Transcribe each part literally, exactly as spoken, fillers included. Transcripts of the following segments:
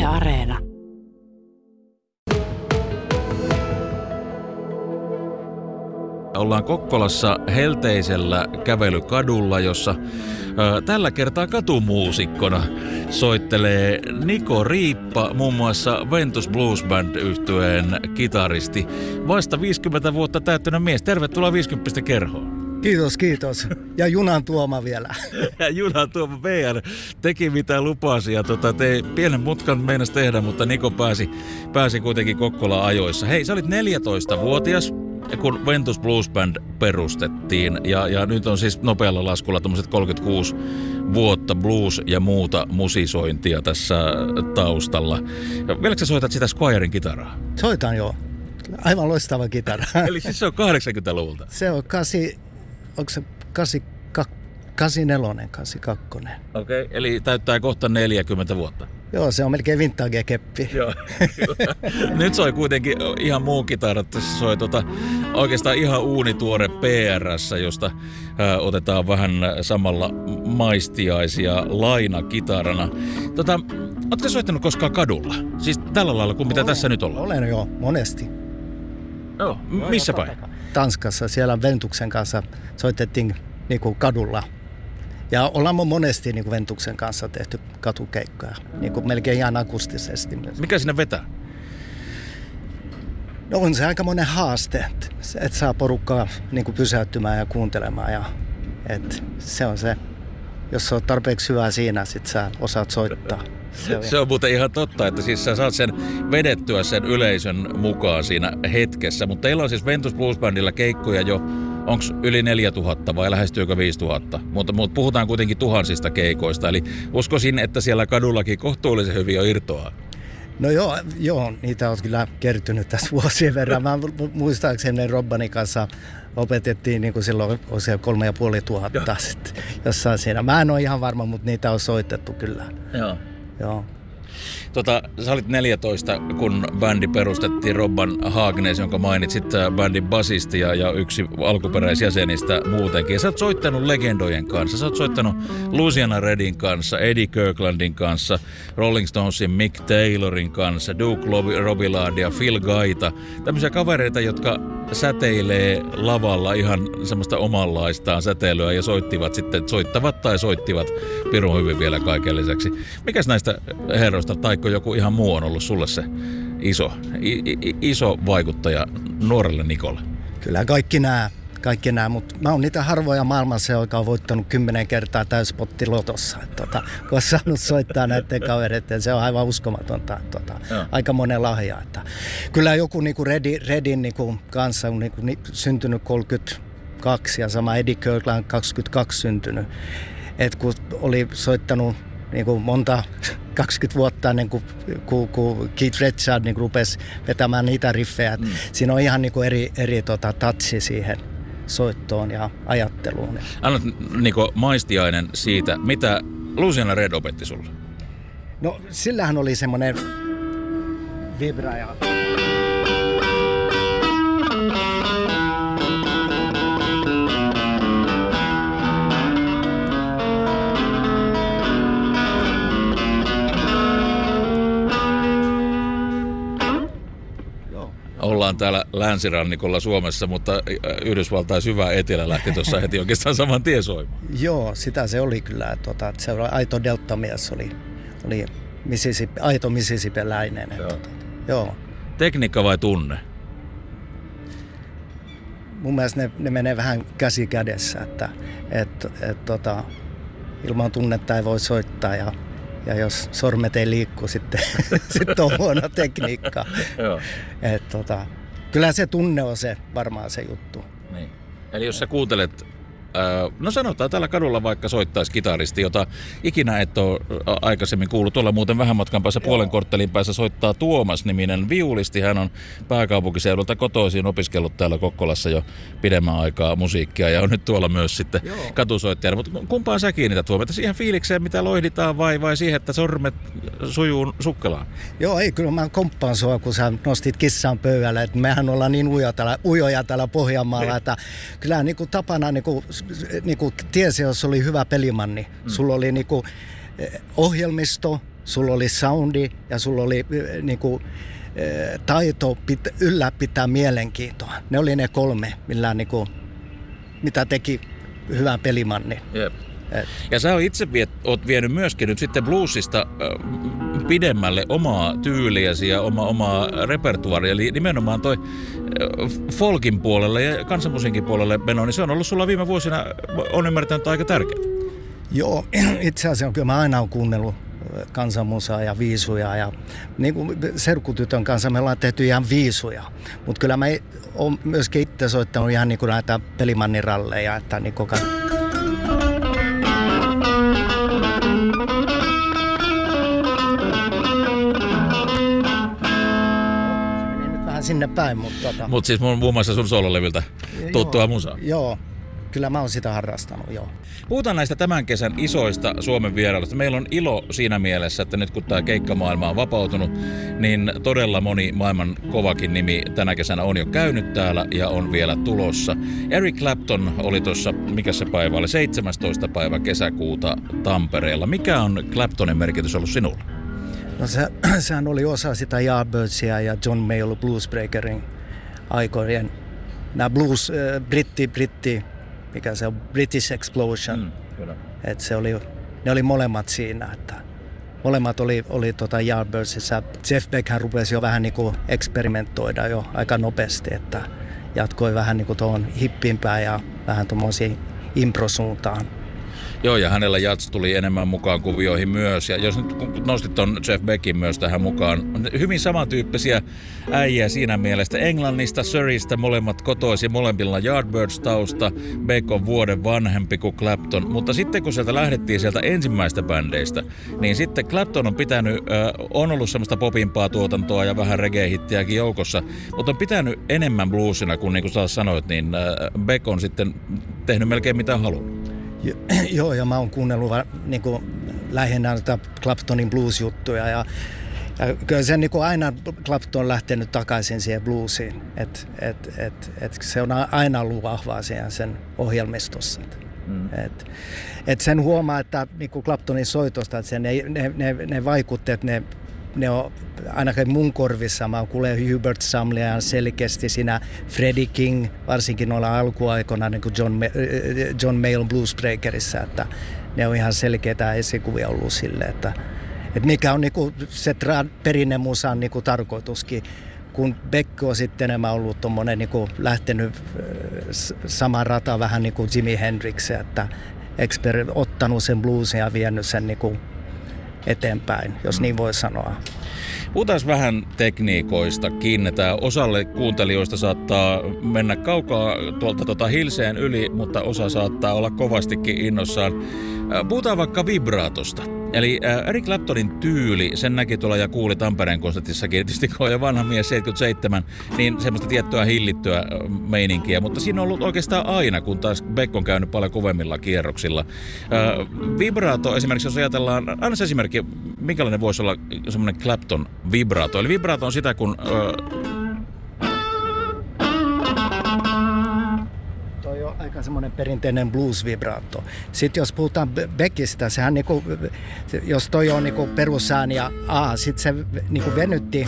Yle Areena. Ollaan Kokkolassa helteisellä kävelykadulla, jossa ää, tällä kertaa katumuusikkona soittelee Niko Riippa, muun muassa Ventus Blues Band -yhtyeen kitaristi. Vasta viisikymmentä vuotta täyttänyt mies. Tervetuloa viisikymmentä kerhoon. Kiitos, kiitos. Ja junan tuoma vielä. Ja junan tuoma V R teki mitä lupasi ja tota, te pienen mutkan meinas tehdä, mutta Niko pääsi, pääsi kuitenkin Kokkolaan ajoissa. Hei, sä olit neljätoistavuotias, kun Ventus Blues Band perustettiin ja, ja nyt on siis nopealla laskulla tommoset kolmekymmentäkuusi vuotta blues ja muuta musisointia tässä taustalla. Vieläkö sä soitat sitä Squiren kitaraa? Soitan joo. Aivan loistava kitara. Eli siis se on kahdeksankymmentäluvulta? Se on kasi, onko se kasi, kak, kahdeksankymmentäneljä, kahdeksankymmentäkaksi. Okei, okay, eli täyttää kohta neljäkymmentä vuotta. Joo, se on melkein vintage-keppi. Joo, nyt soi kuitenkin ihan muu kitara. Tässä soi tota, oikeastaan ihan uunituore P R S, josta ää, otetaan vähän samalla maistiaisia lainakitarana. Tota, ootko soittanut koskaan kadulla? Siis tällä lailla kuin mitä olen, tässä nyt ollaan? Olen joo, monesti. Joo, m- missä päin? Tanskassa, siellä Ventuksen kanssa soitettiin niinku kadulla. Ja ollaan monesti niin kuin Ventuksen kanssa tehty katukeikkoja, niin kuin melkein ihan akustisesti. Mikä sinne vetää? No on se aika monen haaste, että saa porukkaa niin kuin pysäyttymään ja kuuntelemaan. Ja, et se on se, jos olet tarpeeksi hyvä siinä, sit sä osaat soittaa. Se on, se on muuten ihan totta, että siis sä saat sen vedettyä sen yleisön mukaan siinä hetkessä. Mutta teillä on siis Ventus Blues Bandilla keikkoja jo. Onko yli neljätuhatta vai lähestyykö viisituhatta? Mutta, mutta puhutaan kuitenkin tuhansista keikoista. Eli uskoisin, että siellä kadullakin kohtuullisen hyvin jo irtoaa. No joo, joo, niitä on kyllä kertynyt tässä vuosien verran. Mä muistaakseni Robbanin kanssa opetettiin niin kuin silloin kolme ja puoli tuhatta sitten jossain siinä. Mä en ole ihan varma, mutta niitä on soitettu kyllä. Joo. Joo. Tota, sä olit neljätoista, kun bändi perustettiin, Robban Haagnes, jonka mainitsit, bändin basisti ja, ja yksi alkuperäisjäsenistä muutenkin. Sä oot soittanut legendojen kanssa, sä oot soittanut Louisiana Redin kanssa, Eddie Kirklandin kanssa, Rolling Stonesin Mick Taylorin kanssa, Duke Robilardia, Phil Guyta. Tämmöisiä kavereita, jotka säteilee lavalla ihan semmoista omanlaistaan säteilyä ja soittivat sitten, soittavat tai soittivat pirun hyvin vielä kaiken lisäksi. Mikäs näistä herroista, taikko joku ihan muu on ollut sulle se iso, i, iso vaikuttaja nuorelle Nikolle? Kyllä kaikki nämä, kaikki nämä, mutta mä oon niitä harvoja maailmassa, joka on voittanut kymmenen kertaa täyspotti lotossa. Tota, kun on saanut soittaa näiden kavereiden, se on aivan uskomatonta. Tota, aika monen lahja. Että. Kyllä joku niinku Redin, Redin niinku kanssa on niinku, ni, syntynyt kolmekymmentäkaksi ja sama Eddie Kirkland kaksikymmentäkaksi syntynyt. Et kun oli soittanut niin kuin monta kaksikymmentä vuotta ennen kuin, kun, kun Keith Richards niin rupesi vetämään niitä riffejä. Mm. Siinä on ihan niin kuin eri, eri tota, touchi siihen soittoon ja ajatteluun. Anna Niko maistiainen siitä, mitä Louisiana Red opetti sulle? No sillähän oli semmoinen vibra ja... Ollaan täällä länsirannikolla Suomessa, mutta Yhdysvaltain syvä etelä lähti tuossa heti oikeastaan saman tien soimaan. Joo, sitä se oli kyllä. Tuota, se oli aito deltamies, oli, oli Mississippi, aito mississippiläinen. Joo. Tuota, joo. Tekniikka vai tunne? Mun mielestä ne, ne menee vähän käsi kädessä, että et, et, tota, ilman tunnetta ei voi soittaa ja Ja jos sormet ei liikku, sitten, sitten on huono tekniikka. Joo. Et, tota, kyllä se tunne on se varmaan se juttu. Niin. Eli jos sä kuuntelet, ää, no sanotaan tällä kadulla vaikka soittaisi kitaristi, jota ikinä et ole aikaisemmin kuullut. Tuolla muuten vähän matkan päässä puolen korttelin päässä soittaa Tuomas-niminen viulisti. Hän on pääkaupunkiseudulta kotoisin, opiskellut täällä Kokkolassa jo pidemmän aikaa musiikkia ja on nyt tuolla myös sitten Joo. katusoittajana. Mutta kumpaan sä kiinnität huomiota? Siihen fiilikseen, mitä loihditaan vai, vai siihen, että sormet sujuu sukkelaan? Joo, ei, kyllä mä komppaan sua, kun sä nostit kissan pöydälle. Että mehän ollaan niin ujoja täällä, ujoja täällä Pohjanmaalla, ei. Että kyllä niin kuin tapana niin kuin, niin kuin tiesi, jos oli hyvä pelimanni. Mm. Sulla oli niin kuin ohjelmisto, sulla oli soundi ja sulla oli niin kuin, taito pit, ylläpitää mielenkiintoa. Ne oli ne kolme, millä, niin kuin, mitä teki hyvän pelimannin. Yep. Ja sä itse viet, oot vienyt myöskin nyt sitten bluesista äh, pidemmälle omaa tyyliäsi ja oma, omaa repertuaria. Eli nimenomaan toi äh, folkin puolelle ja kansanmusiikin puolelle meno, niin se on ollut sulla viime vuosina, on ymmärtänyt aika tärkeää. Joo, itse asiassa kyllä mä aina olen kuunnellut kansanmusaa ja viisuja. Ja niin kuin serkkutytön kanssa me ollaan tehty ihan viisuja. Mutta kyllä mä oon myöskin itse soittanut ihan niin kuin näitä pelimanniralleja, että niin koko sinne päin, mutta tota... Mut siis muun muassa sun soololeviltä tuttua musaa. Joo, kyllä mä oon sitä harrastanut, joo. Puhutaan näistä tämän kesän isoista Suomen vierailusta. Meillä on ilo siinä mielessä, että nyt kun tämä keikkamaailma on vapautunut, niin todella moni maailman kovakin nimi tänä kesänä on jo käynyt täällä ja on vielä tulossa. Eric Clapton oli tuossa, mikä se päivä oli, seitsemästoista päivä kesäkuuta Tampereella. Mikä on Claptonin merkitys ollut sinulle? No se, sehän oli osa sitä Yardbirdsia ja John Mayall Bluesbreakerin aikojen. Nämä blues, äh, britti, britti, mikä se on, British Explosion. Mm, et se oli, ne oli molemmat siinä, että molemmat oli, oli tota Yardbirdsissa. Jeff Beckhän rupesi jo vähän niin kuin eksperimentoida jo aika nopeasti, että jatkoi vähän niin kuin tuohon hippimpään ja vähän tuommoisiin improsuuntaan. Joo, ja hänellä jats tuli enemmän mukaan kuvioihin myös. Ja jos nyt nostit ton Jeff Beckin myös tähän mukaan, hyvin samantyyppisiä äijä siinä mielessä. Englannista, Surreystä molemmat kotoisin, molemmilla Yardbirds-tausta. Beck on vuoden vanhempi kuin Clapton. Mutta sitten kun sieltä lähdettiin sieltä ensimmäistä bändeistä, niin sitten Clapton on pitänyt, äh, on ollut semmoista popimpaa tuotantoa ja vähän reggae-hittiäkin joukossa, mutta on pitänyt enemmän bluesina, kun niin kuin sä sanoit, niin äh, Beck on sitten tehnyt melkein mitä halunnut. Joo, ja mä oon kuunnellut niin kuin, lähinnä näitä Claptonin blues-juttuja ja, ja kyllä se niin kuin aina Clapton on lähtenyt takaisin siihen bluesiin, että et, et, et se on aina ollut vahvaa siihen sen ohjelmistossa. Mm. Et, et sen huomaa, että niin kuin Claptonin soitosta, että sen, ne, ne, ne, ne vaikutteet, ne ne on ainakin mun korvissa, mä kuulen Hubert Sumleyan selkeästi siinä Freddie King, varsinkin noilla alkuaikoina niin kuin John, John Mayall Bluesbreakerissä, että ne on ihan selkeitä esikuvia ollut sille, että, että mikä on niin kuin se tra- perinnemusan niin kuin tarkoituskin, kun Beck on sitten enemmän ollut tommonen niin kuin lähtenyt sama rata vähän niin kuin Jimi Hendrix, että exper- ottanut sen bluesin ja vienyt sen niin kuin eteenpäin, jos niin voi sanoa. Puhutaan vähän tekniikoistakin. Tämä osalle kuuntelijoista saattaa mennä kaukaa tuolta tuota hilseen yli, mutta osa saattaa olla kovastikin innossaan. Puhutaan vaikka vibraatosta. Eli Eric Claptonin tyyli, sen näki tuolla ja kuuli Tampereen konsertissakin, tietysti kun on jo vanha mies seitsemänkymmentäseitsemän, niin semmoista tiettyä hillittyä meininkiä, mutta siinä on ollut oikeastaan aina, kun taas Beck on käynyt paljon kovemmilla kierroksilla. Vibraato esimerkiksi, jos ajatellaan, aina se esimerkki, minkälainen voisi olla semmoinen Clapton vibraato. Eli vibraato on sitä, kun aika semmoinen perinteinen blues-vibraatto. Sitten jos puhutaan Beckistä, sehän niinku, jos toi on niinku perusääni ja A, sitten se niinku venytti.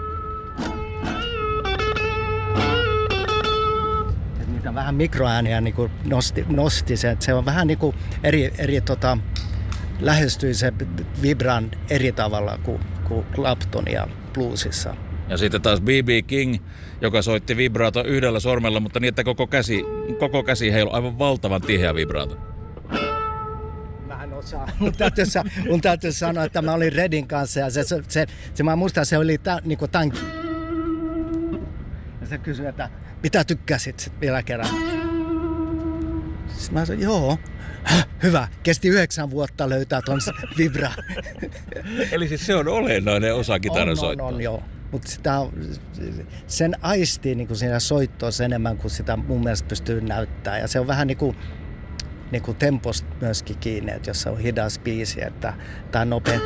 Niitä vähän mikroääniä niinku nosti, nosti se, että se on vähän niinku eri, eri tota, lähestyi se vibran eri tavalla kuin, kuin Clapton ja bluesissa. Ja sitten taas B B King, joka soitti vibraato yhdellä sormella, mutta niin, että koko käsi, koko käsi heillä on aivan valtavan tiheä vibraato. Mä en osaa. Mun täytyy, mun täytyy sanoa, että mä olin Redin kanssa ja se, se, se, se mä muistan, se oli tä, niinku tämän. Ja se kysyi, että mitä tykkäsit sit vielä kerran? Sitten mä sanoin, joo. Hyvä. Kesti yhdeksän vuotta löytää ton vibra. Eli siis se on olennainen osa kitaran soittoa. On, on, on, joo. Mutta sen aistii niin siinä soittossa enemmän kuin sitä mun mielestä pystyy näyttämään. Ja se on vähän niin kuin, niin kuin temposta myöskin kiinni, että jos se on hidas biisi, että tää on nopea.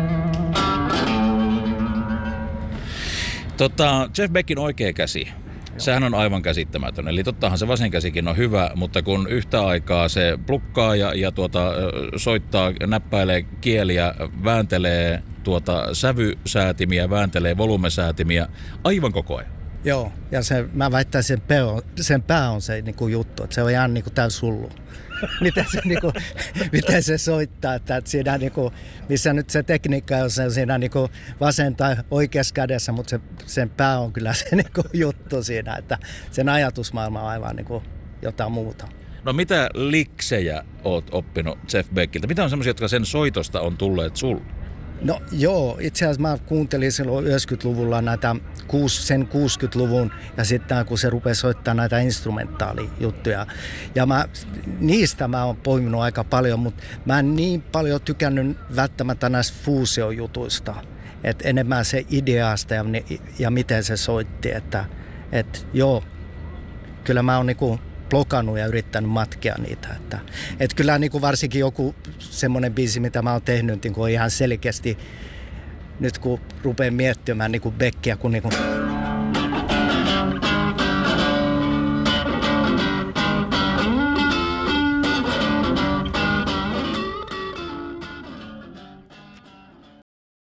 Tota, Jeff Beckin oikea käsi. Sehän on aivan käsittämätön. Eli tottahan se vasen käsikin on hyvä, mutta kun yhtä aikaa se plukkaa ja, ja tuota, soittaa, näppäilee kieliä, vääntelee tuota, sävysäätimiä, vääntelee volumesäätimiä aivan koko ajan. Joo, ja se, mä väittäisin, sen, sen pää on se niinku juttu, että se on ihan niinku täys hullu. miten, se, niinku, miten se soittaa, että, että siinä niinku, missä nyt se tekniikka on se siinä niinku vasen tai oikeassa kädessä, mutta se, sen pää on kyllä se niinku juttu siinä, että sen ajatusmaailma on aivan niinku jotain muuta. No mitä liksejä oot oppinut Jeff Beckiltä? Mitä on semmoisia, jotka sen soitosta on tulleet sulle? No joo, itse asiassa mä kuuntelin silloin yhdeksänkymmentäluvulla näitä sen kuusikymmentäluvun ja sitten kun se rupesi soittaa näitä instrumentaalijuttuja. Ja mä, niistä mä oon poiminut aika paljon, mutta mä en niin paljon tykännyt välttämättä näistä fuusiojutuista. Että enemmän se ideasta ja, ja miten se soitti, että et, joo, kyllä mä oon niinku blokannut ja yrittänyt matkia niitä. Että, et kyllä niin kuin varsinkin joku semmoinen biisi, mitä mä oon tehnyt, niin kuin on ihan selkeästi, nyt kun rupean miettimään niin kuin Beckia, kun niin kuin